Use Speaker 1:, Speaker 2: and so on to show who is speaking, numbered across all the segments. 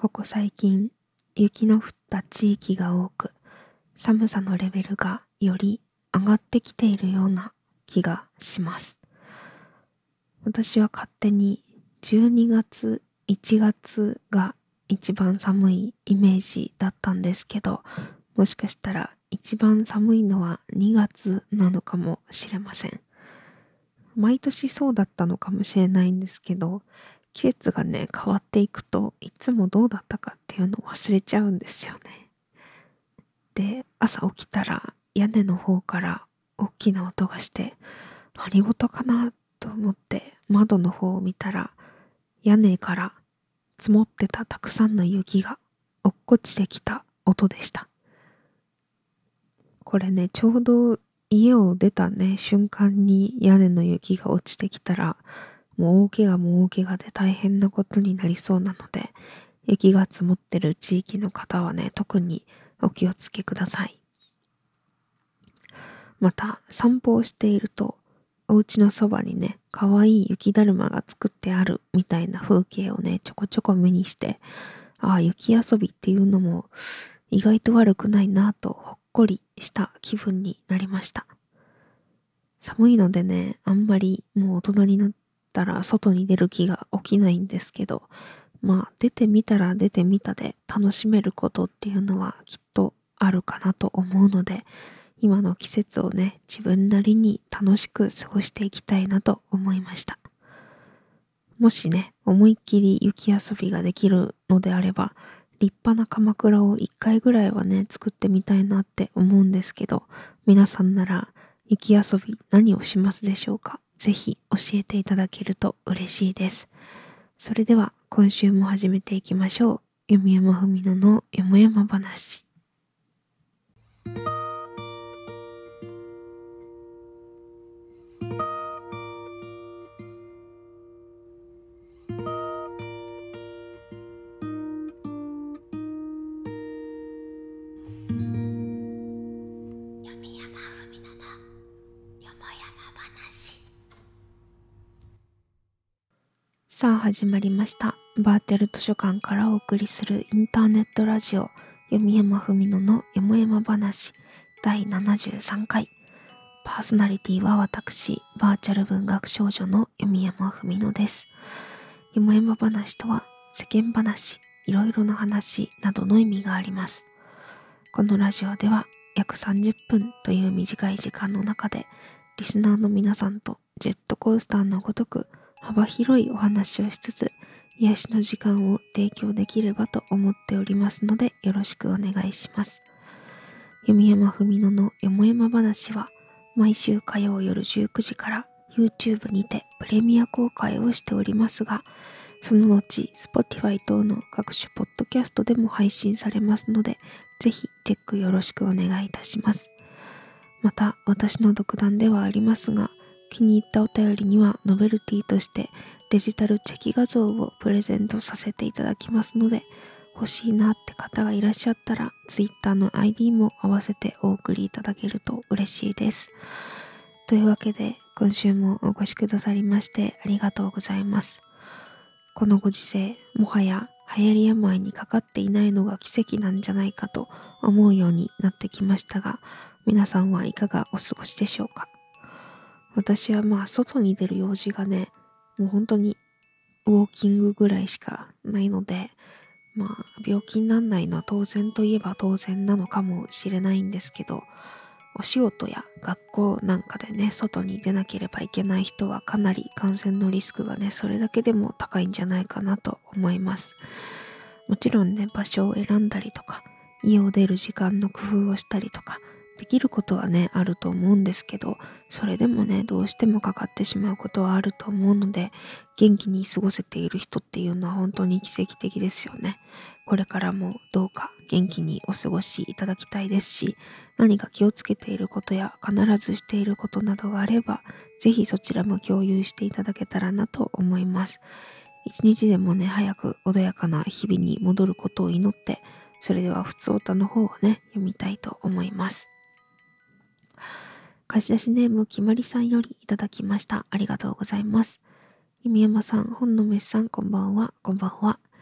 Speaker 1: ここ最近、雪の降った地域が多く、寒さのレベルがより上がってきているような気がします。私は勝手に12月、1月が一番寒いイメージだったんですけど、もしかしたら一番寒いのは2月なのかもしれません。毎年そうだったのかもしれないんですけど、季節がね、変わっていくといつもどうだったかっていうのを忘れちゃうんですよね。で、朝起きたら屋根の方から大きな音がして、何事かなと思って窓の方を見たら、屋根から積もってたたくさんの雪が落っこちてきた音でした。これね、ちょうど家を出たね、瞬間に屋根の雪が落ちてきたら、もう大怪我で大変なことになりそうなので、雪が積もってる地域の方はね、特にお気をつけください。また、散歩をしていると、お家のそばにね、かわいい雪だるまが作ってあるみたいな風景をね、ちょこちょこ目にして、ああ、雪遊びっていうのも意外と悪くないなぁとほっこりした気分になりました。寒いのでね、あんまりもう大人になったら外に出る気が起きないんですけど、まあ出てみたら出てみたで楽しめることっていうのはきっとあるかなと思うので、今の季節をね、自分なりに楽しく過ごしていきたいなと思いました。もしね、思いっきり雪遊びができるのであれば、立派な鎌倉を一回ぐらいはね、作ってみたいなって思うんですけど、皆さんなら雪遊び何をしますでしょうか？ぜひ教えていただけると嬉しいです。それでは今週も始めていきましょう。読山文乃のよもやま話。さあ始まりました。バーチャル図書館からお送りするインターネットラジオ読山文乃のよもやま話第73回。パーソナリティは私、バーチャル文学少女の読山文乃です。よもやま話とは世間話、いろいろな話などの意味があります。このラジオでは約30分という短い時間の中でリスナーの皆さんとジェットコースターのごとく幅広いお話をしつつ癒しの時間を提供できればと思っておりますのでよろしくお願いします。読山文乃のよもやま話は毎週火曜夜19時から YouTube にてプレミア公開をしておりますが、その後 Spotify 等の各種ポッドキャストでも配信されますので、ぜひチェックよろしくお願いいたします。また私の独断ではありますが、気に入ったお便りにはノベルティとしてデジタルチェキ画像をプレゼントさせていただきますので、欲しいなって方がいらっしゃったら Twitter の ID も合わせてお送りいただけると嬉しいです。というわけで今週もお越しくださりましてありがとうございます。このご時世、もはや流行り病にかかっていないのが奇跡なんじゃないかと思うようになってきましたが、皆さんはいかがお過ごしでしょうか？私は外に出る用事がね、もう本当にウォーキングぐらいしかないので、病気にならないのは当然といえば当然なのかもしれないんですけど、お仕事や学校なんかでね、外に出なければいけない人はかなり感染のリスクがね、それだけでも高いんじゃないかなと思います。もちろんね、場所を選んだりとか、家を出る時間の工夫をしたりとか、できることはね、あると思うんですけど、それでもね、どうしてもかかってしまうことはあると思うので、元気に過ごせている人っていうのは本当に奇跡的ですよね。これからもどうか元気にお過ごしいただきたいですし、何か気をつけていることや必ずしていることなどがあれば、ぜひそちらも共有していただけたらなと思います。一日でもね、早く穏やかな日々に戻ることを祈って、それではふつおたの方をね、読みたいと思います。貸し出しネームきまりさんよりいただきました。ありがとうございます。弓山さん、本のめしさん、こんばんは。こんばんは。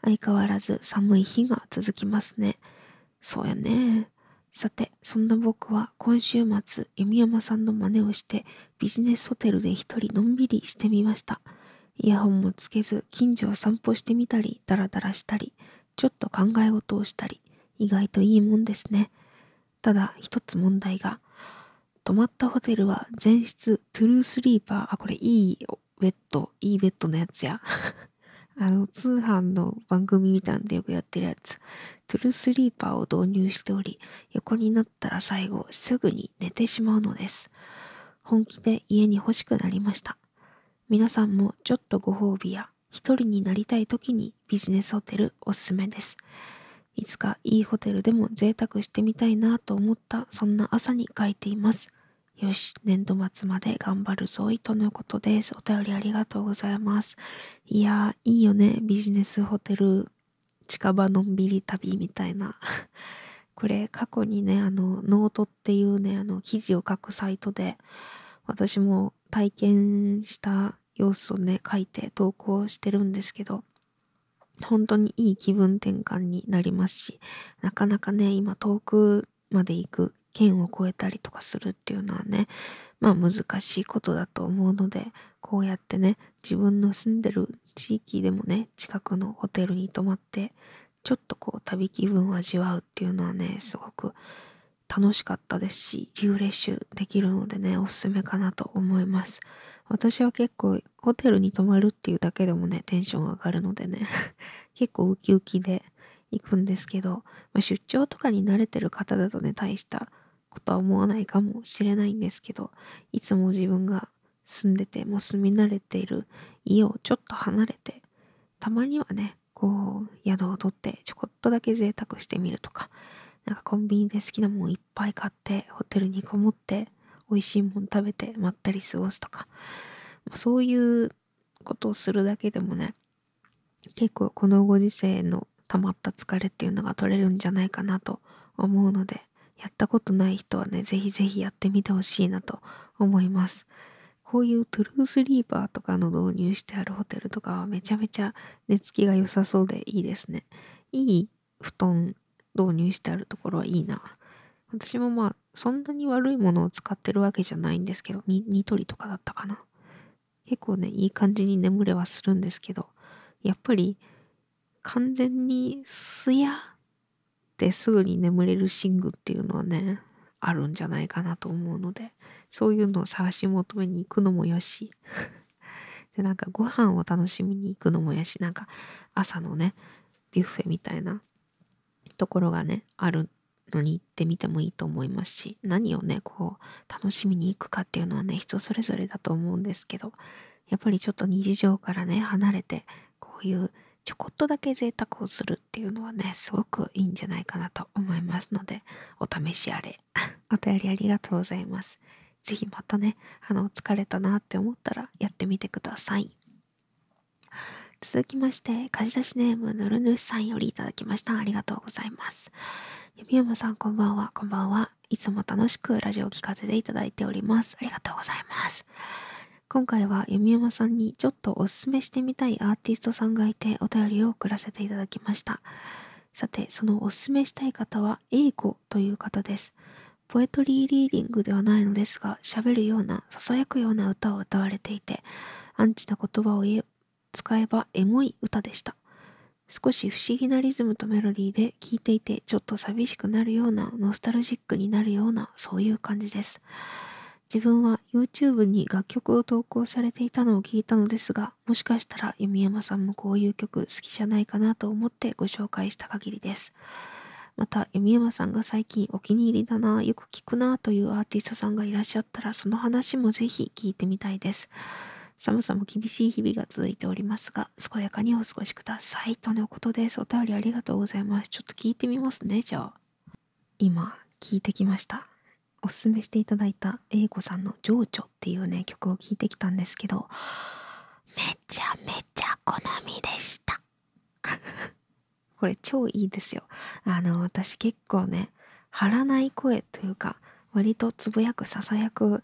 Speaker 1: 相変わらず寒い日が続きますね。そうやね。さて、そんな僕は今週末、弓山さんの真似をしてビジネスホテルで一人のんびりしてみました。イヤホンもつけず、近所を散歩してみたり、ダラダラしたり、ちょっと考え事をしたり、意外といいもんですね。ただ、一つ問題が、泊まったホテルは全室トゥルースリーパー、これいいベッドのやつや。通販の番組みたいなんでよくやってるやつ。トゥルースリーパーを導入しており、横になったら最後すぐに寝てしまうのです。本気で家に欲しくなりました。皆さんもちょっとご褒美や一人になりたい時にビジネスホテルおすすめです。いつかいいホテルでも贅沢してみたいなと思ったそんな朝に書いています。よし、年度末まで頑張るぞいとのことです。お便りありがとうございます。いやー、いいよね。ビジネスホテル、近場のんびり旅みたいな。これ、過去にね、ノートっていうね、記事を書くサイトで、私も体験した様子をね、書いて投稿してるんですけど、本当にいい気分転換になりますし、なかなかね、今遠くまで行く県を越えたりとかするっていうのはね、まあ難しいことだと思うので、こうやってね、自分の住んでる地域でもね、近くのホテルに泊まって、ちょっとこう旅気分を味わうっていうのはね、すごく楽しかったですし、リフレッシュできるのでね、おすすめかなと思います。私は結構ホテルに泊まるっていうだけでもね、テンション上がるのでね、結構ウキウキで行くんですけど、出張とかに慣れてる方だとね、大したことは思わないかもしれないんですけど、いつも自分が住んでて、もう住み慣れている家をちょっと離れて、たまにはね、こう、宿を取ってちょこっとだけ贅沢してみるとか、なんかコンビニで好きなもんいっぱい買ってホテルにこもって美味しいもん食べてまったり過ごすとか、そういうことをするだけでもね、結構このご時世の溜まった疲れっていうのが取れるんじゃないかなと思うので、やったことない人はね、ぜひぜひやってみてほしいなと思います。こういうトゥルースリーパーとかの導入してあるホテルとかはめちゃめちゃ寝つきが良さそうでいいですね。いい布団導入してあるところはいいな。私もまあ、そんなに悪いものを使ってるわけじゃないんですけど、ニトリとかだったかな。結構ね、いい感じに眠れはするんですけど、やっぱり完全にすやってすぐに眠れる寝具っていうのはね、あるんじゃないかなと思うので、そういうのを探し求めに行くのもよし、で、なんかご飯を楽しみに行くのもよし、なんか朝のね、ビュッフェみたいなところがね、あるのに行ってみてもいいと思いますし、何をね、こう、楽しみに行くかっていうのはね、人それぞれだと思うんですけど、やっぱりちょっと日常からね、離れて、こういうちょこっとだけ贅沢をするっていうのはね、すごくいいんじゃないかなと思いますので、お試しあれ。お便りありがとうございます。ぜひまたね、疲れたなって思ったらやってみてください。続きまして、貸し出しネームぬるぬしさんよりいただきました。ありがとうございます。弓山さんこんばんは。こんばんは。いつも楽しくラジオを聞かせていただいております。ありがとうございます。今回は弓山さんにちょっとおすすめしてみたいアーティストさんがいてお便りを送らせていただきました。さて、そのおすすめしたい方は英子という方です。ポエトリーリーディングではないのですが、喋るような、囁くような歌を歌われていて、アンチな言葉を使えばエモい歌でした。少し不思議なリズムとメロディーで聴いていてちょっと寂しくなるようなノスタルジックになるようなそういう感じです。自分は YouTube に楽曲を投稿されていたのを聞いたのですが、もしかしたら弓山さんもこういう曲好きじゃないかなと思ってご紹介した限りです。また弓山さんが最近お気に入りだな、よく聞くなというアーティストさんがいらっしゃったらその話もぜひ聞いてみたいです。寒さも厳しい日々が続いておりますが、健やかにお過ごしください。とのことです。お便りありがとうございます。ちょっと聞いてみますね、じゃあ。今、聞いてきました。おすすめしていただいた英子さんの情緒っていうね、曲を聞いてきたんですけど、めちゃめちゃ好みでした。これ超いいですよ。私結構ね、張らない声というか、割とつぶやく囁く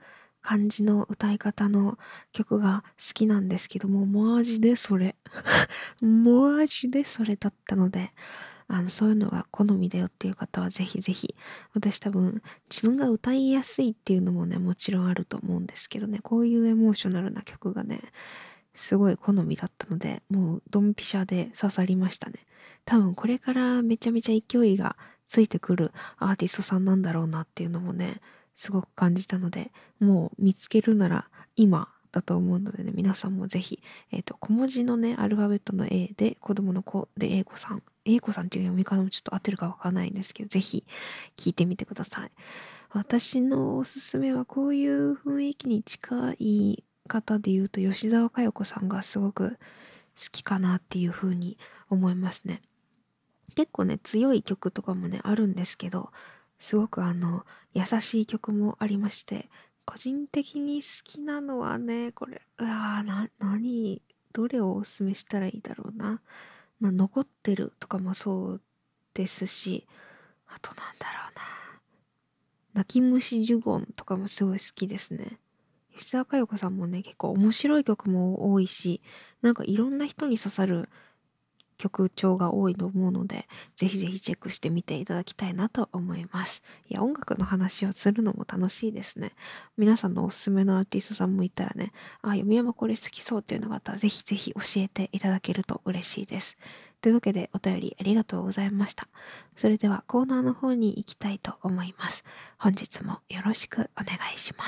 Speaker 1: 感じの歌い方の曲が好きなんですけども、マジでそれマジでそれだったので、そういうのが好みだよっていう方はぜひぜひ、私多分自分が歌いやすいっていうのもね、もちろんあると思うんですけどね、こういうエモーショナルな曲がね、すごい好みだったので、もうドンピシャで刺さりましたね。多分これからめちゃめちゃ勢いがついてくるアーティストさんなんだろうなっていうのもね、すごく感じたので、もう見つけるなら今だと思うのでね、皆さんもぜひ、小文字のね、アルファベットの A で、子供の子で英子さんっていう読み方もちょっと合ってるかわからないんですけど、ぜひ聞いてみてください。私のおすすめはこういう雰囲気に近い方で言うと、吉沢佳代子さんがすごく好きかなっていう風に思いますね。結構ね、強い曲とかもね、あるんですけど、すごく優しい曲もありまして、個人的に好きなのはね、これ、どれをおすすめしたらいいだろうな。まあ、残ってるとかもそうですし、あとなんだろうな。泣き虫ジュゴンとかもすごい好きですね。吉沢佳代子さんもね、結構面白い曲も多いし、なんかいろんな人に刺さる曲調が多いと思うので、ぜひぜひチェックしてみていただきたいなと思います。いや、音楽の話をするのも楽しいですね。皆さんのおすすめのアーティストさんもいたらね、読山これ好きそうっていうのがあったら、ぜひぜひ教えていただけると嬉しいです。というわけで、お便りありがとうございました。それではコーナーの方に行きたいと思います。本日もよろしくお願いします。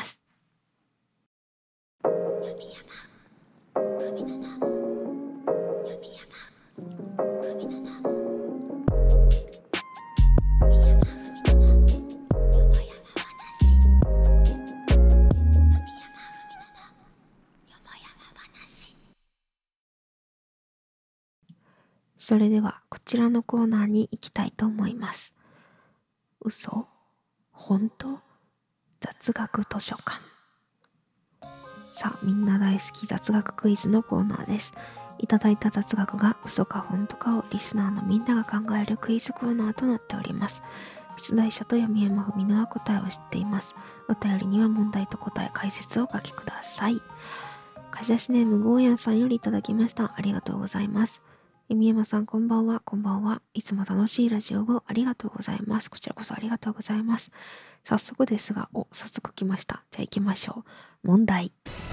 Speaker 1: それではこちらのコーナーに行きたいと思います。嘘？本当？雑学図書館。さあ、みんな大好き雑学クイズのコーナーです。いただいた雑学が嘘か本当かをリスナーのみんなが考えるクイズコーナーとなっております。出題者と読山文乃は答えを知っています。お便りには問題と答え解説をお書きください。貸し出しネームゴーヤンさんよりいただきました。ありがとうございます。弓山さんこんばんは、こんばんは。いつも楽しいラジオをありがとうございます。こちらこそありがとうございます。早速ですが、早速来ました。じゃあ行きましょう。問題。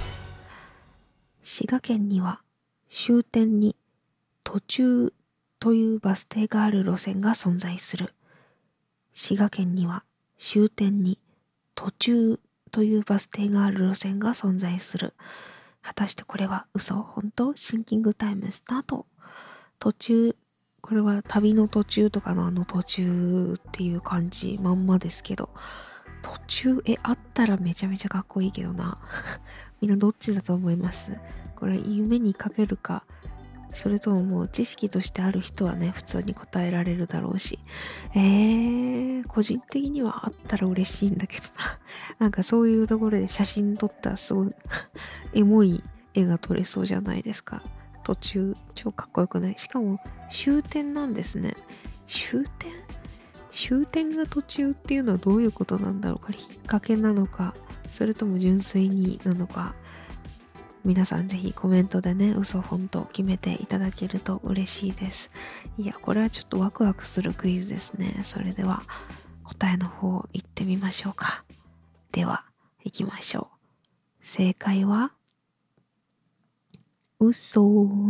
Speaker 1: 滋賀県には終点に途中というバス停がある路線が存在する。滋賀県には終点に途中というバス停がある路線が存在する。果たしてこれは嘘？本当？シンキングタイムスタート。途中、これは旅の途中とかの途中っていう感じまんまですけど、途中、あったらめちゃめちゃかっこいいけどな。みんなどっちだと思います？これ夢にかけるか、それとももう知識としてある人はね、普通に答えられるだろうし。個人的にはあったら嬉しいんだけどな。なんかそういうところで写真撮ったらすごいエモい絵が撮れそうじゃないですか。途中、超かっこよくない？しかも終点なんですね。終点が途中っていうのはどういうことなんだろうか。引っ掛けなのか、それとも純粋になのか。皆さんぜひコメントでね、嘘本当決めていただけると嬉しいです。いや、これはちょっとワクワクするクイズですね。それでは答えの方行ってみましょうか。では行きましょう。正解は嘘。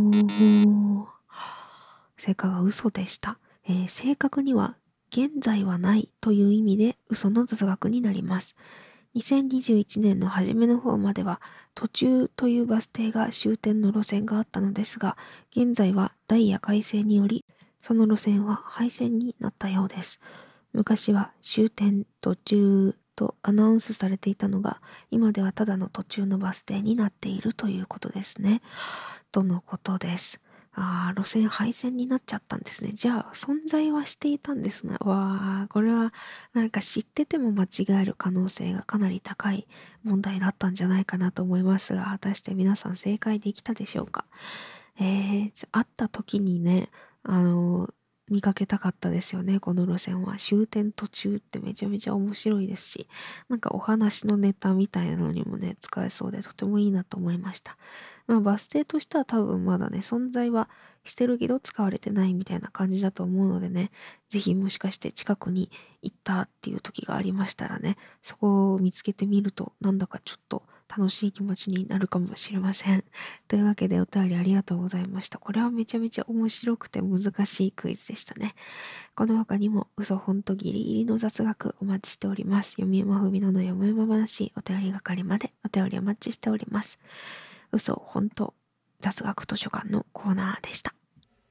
Speaker 1: 正解は嘘でした。正確には現在はないという意味で嘘の雑学になります。2021年の初めの方までは途中というバス停が終点の路線があったのですが、現在はダイヤ改正によりその路線は廃線になったようです。昔は終点途中とアナウンスされていたのが、今ではただの途中のバス停になっているということですね。とのことです。路線廃線になっちゃったんですね。じゃあ、存在はしていたんですね。これは、なんか知ってても間違える可能性がかなり高い問題だったんじゃないかなと思いますが、果たして皆さん正解できたでしょうか？会った時にね、 見かけたかったですよね。この路線は終点途中ってめちゃめちゃ面白いですし、なんかお話のネタみたいなのにもね使えそうでとてもいいなと思いました。バス停としては多分まだね存在はしてるけど使われてないみたいな感じだと思うのでね、ぜひもしかして近くに行ったっていう時がありましたらね、そこを見つけてみるとなんだかちょっと楽しい気持ちになるかもしれません。というわけでお便りありがとうございました。これはめちゃめちゃ面白くて難しいクイズでしたね。この他にも嘘ほんとギリギリの雑学お待ちしております。読み山ふみのよもやま話お便り係までお便りお待ちしております。嘘ほんと雑学図書館のコーナーでした。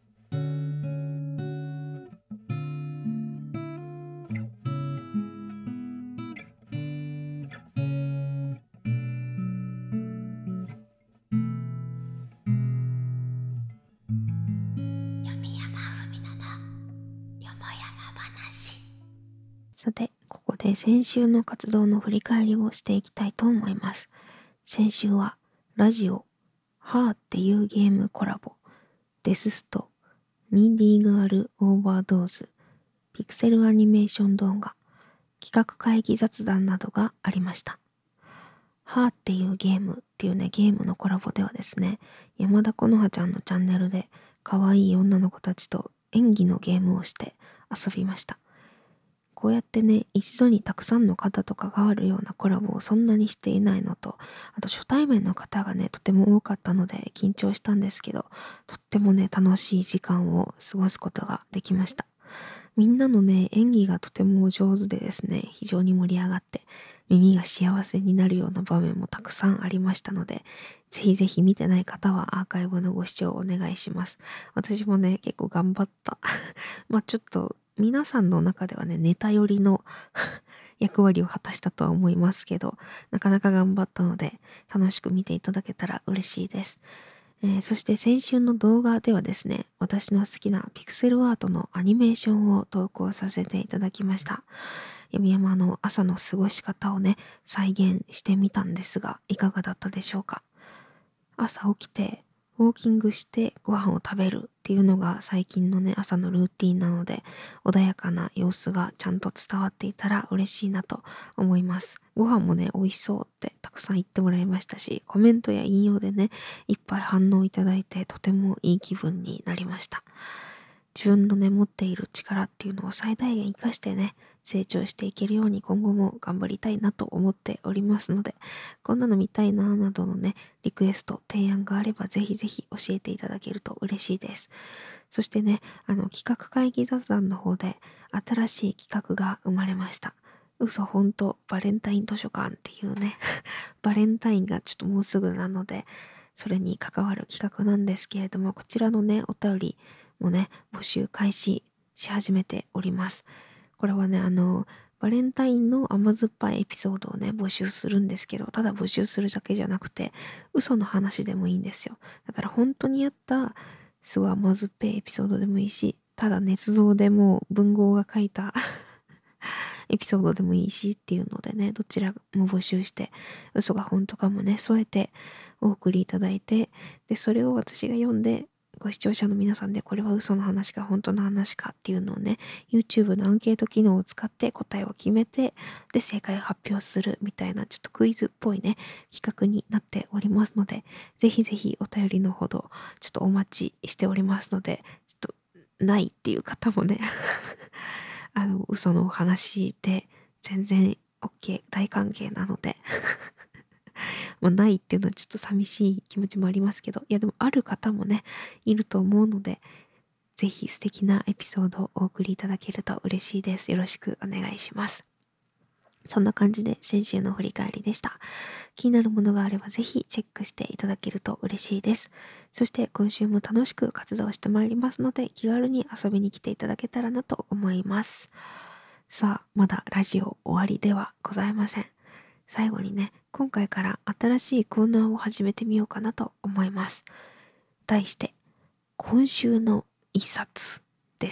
Speaker 1: さて、ここで先週の活動の振り返りをしていきたいと思います。先週は、ラジオ、ハーっていうゲームコラボ、デススト、ニーディーガールオーバードーズ、ピクセルアニメーション動画、企画会議雑談などがありました。ハーっていうゲームっていうね、ゲームのコラボではですね、山田このはちゃんのチャンネルで可愛い女の子たちと演技のゲームをして遊びました。こうやってね、一度にたくさんの方と関わるようなコラボをそんなにしていないのと、あと初対面の方がね、とても多かったので緊張したんですけど、とってもね、楽しい時間を過ごすことができました。みんなのね、演技がとても上手でですね、非常に盛り上がって、耳が幸せになるような場面もたくさんありましたので、ぜひぜひ見てない方はアーカイブのご視聴お願いします。私もね、結構頑張った。ちょっと皆さんの中ではね、ネタ寄りの役割を果たしたとは思いますけど、なかなか頑張ったので、楽しく見ていただけたら嬉しいです。そして先週の動画ではですね、私の好きなピクセルアートのアニメーションを投稿させていただきました。闇山の朝の過ごし方をね、再現してみたんですが、いかがだったでしょうか。朝起きて、ウォーキングしてご飯を食べるっていうのが最近のね、朝のルーティンなので、穏やかな様子がちゃんと伝わっていたら嬉しいなと思います。ご飯もね、美味しそうってたくさん言ってもらいましたし、コメントや引用でね、いっぱい反応いただいてとてもいい気分になりました。自分のね、持っている力っていうのを最大限活かしてね、成長していけるように今後も頑張りたいなと思っておりますので、こんなの見たいななどのね、リクエスト、提案があればぜひぜひ教えていただけると嬉しいです。そしてね、企画会議雑談の方で新しい企画が生まれました。嘘ほんとバレンタイン図書館っていうね、バレンタインがちょっともうすぐなので、それに関わる企画なんですけれども、こちらのね、お便りもね、募集開始し始めております。これはね、バレンタインの甘酸っぱいエピソードをね、募集するんですけど、ただ募集するだけじゃなくて、嘘の話でもいいんですよ。だから本当にあった、すごい甘酸っぱいエピソードでもいいし、ただ捏造でもう文豪が書いたエピソードでもいいしっていうのでね、どちらも募集して、嘘が本当かもね、添えてお送りいただいて、で、それを私が読んで、ご視聴者の皆さんでこれは嘘の話か本当の話かっていうのをね、YouTube のアンケート機能を使って答えを決めて、で、正解を発表するみたいなちょっとクイズっぽいね、企画になっておりますので、ぜひぜひお便りのほどちょっとお待ちしておりますので、ちょっとないっていう方もね嘘のお話で全然 OK、大歓迎なのでないっていうのはちょっと寂しい気持ちもありますけど、いやでもある方もね、いると思うので、ぜひ素敵なエピソードをお送りいただけると嬉しいです。よろしくお願いします。そんな感じで先週の振り返りでした。気になるものがあればぜひチェックしていただけると嬉しいです。そして今週も楽しく活動してまいりますので、気軽に遊びに来ていただけたらなと思います。さあ、まだラジオ終わりではございません。最後にね、今回から新しいコーナーを始めてみようかなと思います。題して、今週の一冊です。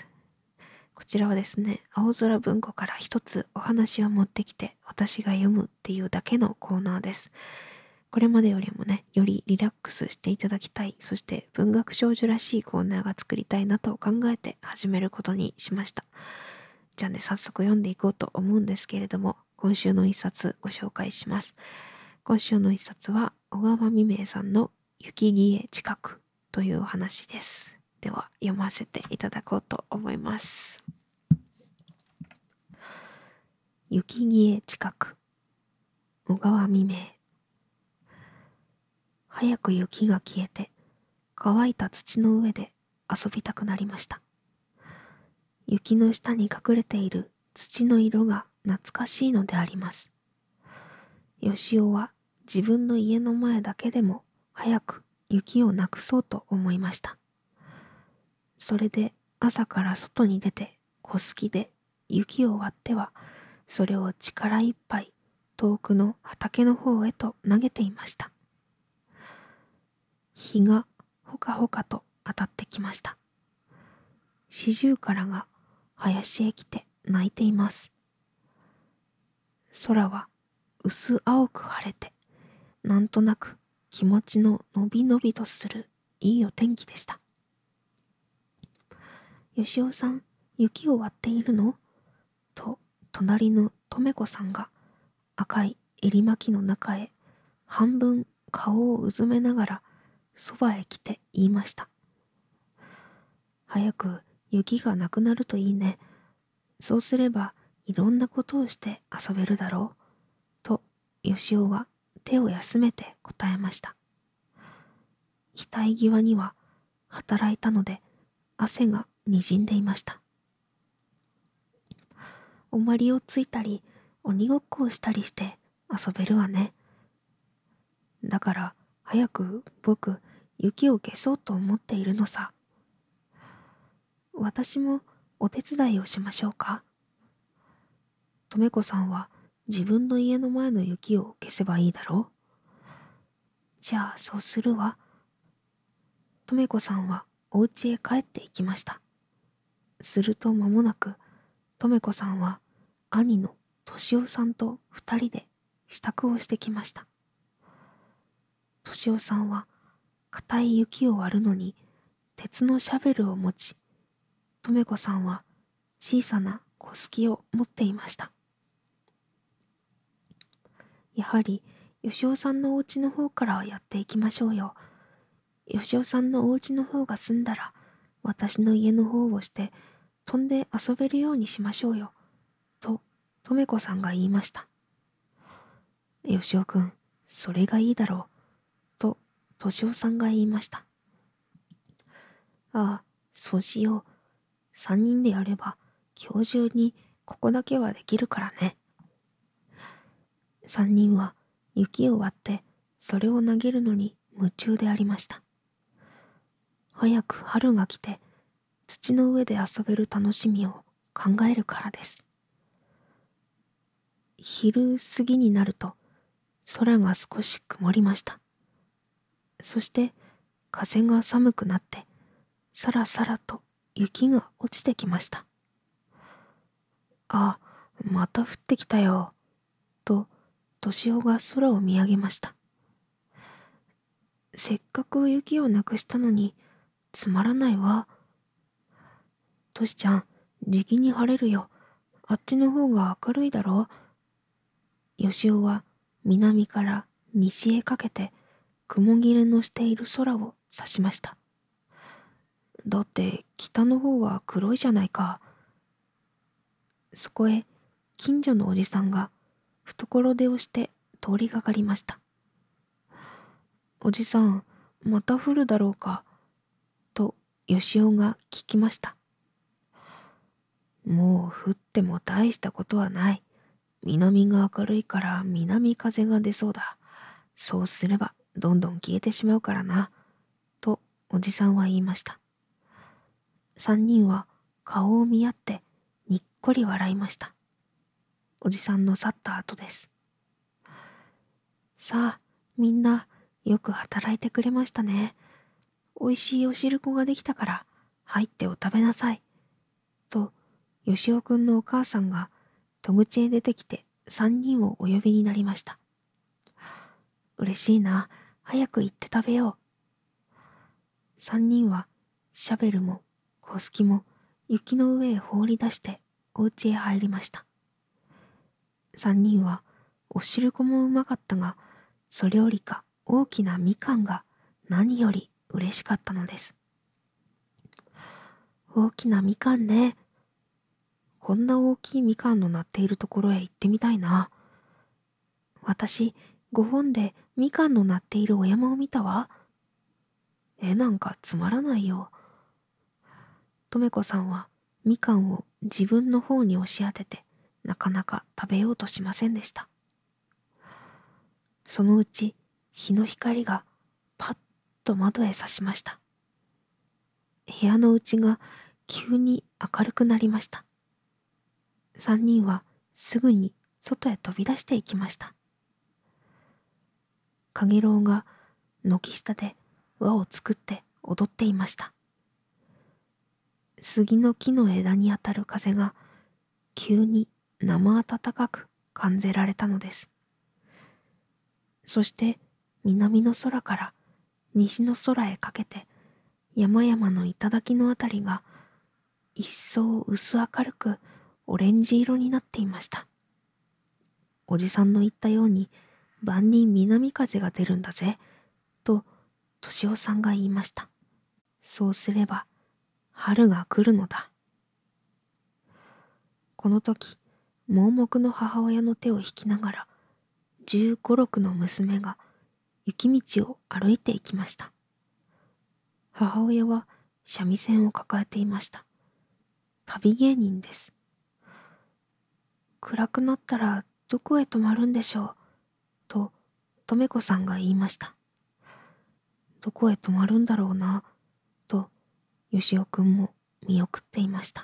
Speaker 1: こちらはですね、青空文庫から一つお話を持ってきて私が読むっていうだけのコーナーです。 これまでよりもね、よりリラックスしていただきたい、そして文学少女らしいコーナーが作りたいなと考えて始めることにしました。じゃあね、早速読んでいこうと思うんですけれども、今週の一冊ご紹介します。今週の一冊は、小川未明さんの雪消え近くというお話です。では、読ませていただこうと思います。雪消え近く、小川未明。早く雪が消えて、乾いた土の上で遊びたくなりました。雪の下に隠れている土の色が懐かしいのであります。よしおは自分の家の前だけでも早く雪をなくそうと思いました。それで朝から外に出て小すきで雪を割っては、それを力いっぱい遠くの畑の方へと投げていました。日がほかほかと当たってきました。シジュウカラが林へ来て鳴いています。空は薄青く晴れて、なんとなく気持ちののびのびとするいいお天気でした。よしおさん、雪を割っているの？と、隣のとめこさんが赤い襟巻きの中へ半分顔をうずめながらそばへ来て言いました。早く雪がなくなるといいね。そうすればいろんなことをして遊べるだろう。と、よしおは手を休めて答えました。額際には働いたので汗がにじんでいました。おまりをついたり鬼ごっこをしたりして遊べるわね。だから早く僕雪を消そうと思っているのさ。私もお手伝いをしましょうか。とめこさんは自分の家の前の雪を消せばいいだろう。じゃあそうするわ。とめこさんはお家へ帰っていきました。すると間もなく、とめこさんは兄のとしおさんと二人で支度をしてきました。としおさんは硬い雪を割るのに鉄のシャベルを持ち、とめこさんは小さな小すきを持っていました。やはりよしおさんのお家の方からやっていきましょうよ。よしおさんのお家の方が済んだら、私の家の方をして飛んで遊べるようにしましょうよ。と、とめこさんが言いました。よしおくん、それがいいだろう。と、としおさんが言いました。ああ、そうしよう。三人でやれば、今日中にここだけはできるからね。三人は雪を割って、それを投げるのに夢中でありました。早く春が来て、土の上で遊べる楽しみを考えるからです。昼過ぎになると、空が少し曇りました。そして風が寒くなって、さらさらと雪が落ちてきました。あ、また降ってきたよ。と、としおが空を見上げました。せっかく雪をなくしたのに、つまらないわ。としちゃん、じきに晴れるよ。あっちの方が明るいだろう。よしおは南から西へかけて雲切れのしている空を指しました。だって北の方は黒いじゃないか。そこへ近所のおじさんが懐手をして通りがかりました。おじさん、また降るだろうか。とよしおが聞きました。もう降っても大したことはない。南が明るいから南風が出そうだ。そうすればどんどん消えてしまうからな。とおじさんは言いました。三人は顔を見合ってにっこり笑いました。おじさんの去った後です。さあ、みんなよく働いてくれましたね。おいしいお汁粉ができたから入ってお食べなさい。と、よしおくんのお母さんが戸口へ出てきて三人をお呼びになりました。 嬉しいな。早く行って食べよう。三人はシャベルも小すきも雪の上へ放り出してお家へ入りました。三人はお汁粉もうまかったが、それよりか大きなみかんが何より嬉しかったのです。大きなみかんね。こんな大きいみかんのなっているところへ行ってみたいな。私、5本でみかんのなっているお山を見たわ。絵なんかつまらないよ。とめこさんはみかんを自分の方に押し当てて、なかなか食べようとしませんでした。そのうち日の光がパッと窓へ差しました。部屋の内が急に明るくなりました。三人はすぐに外へ飛び出していきました。かげろうが軒下で輪を作って踊っていました。杉の木の枝に当たる風が急に生暖かく感じられたのです。そして南の空から西の空へかけて山々の頂のあたりが一層薄明るくオレンジ色になっていました。おじさんの言ったように晩に南風が出るんだぜ、ととしおさんが言いました。そうすれば春が来るのだ。この時、盲目の母親の手を引きながら、15、6の娘が雪道を歩いていきました。母親は三味線を抱えていました。旅芸人です。暗くなったらどこへ泊まるんでしょう、と、とめこさんが言いました。どこへ泊まるんだろうな、と、よしおくんも見送っていました。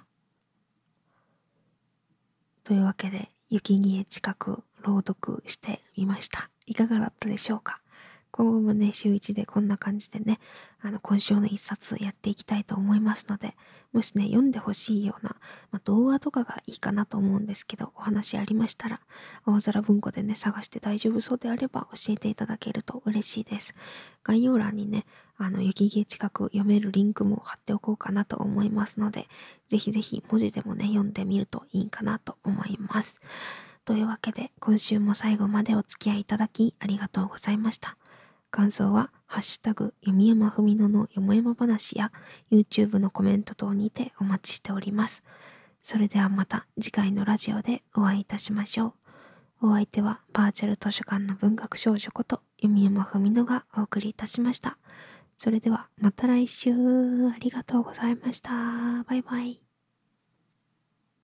Speaker 1: というわけで、雪消え近く朗読してみました。いかがだったでしょうか。今後もね、週1でこんな感じでね、今週の一冊やっていきたいと思いますので、もしね、読んでほしいような、童話とかがいいかなと思うんですけど、お話ありましたら、青空文庫でね、探して大丈夫そうであれば教えていただけると嬉しいです。概要欄にね、雪消え近く読めるリンクも貼っておこうかなと思いますので、ぜひぜひ文字でもね、読んでみるといいかなと思います。というわけで、今週も最後までお付き合いいただきありがとうございました。感想は、ハッシュタグ、弓山ふみののよもやま話や YouTube のコメント等にてお待ちしております。それではまた次回のラジオでお会いいたしましょう。お相手はバーチャル図書館の文学少女こと弓山ふみのがお送りいたしました。それではまた来週、ありがとうございました。バイバイ。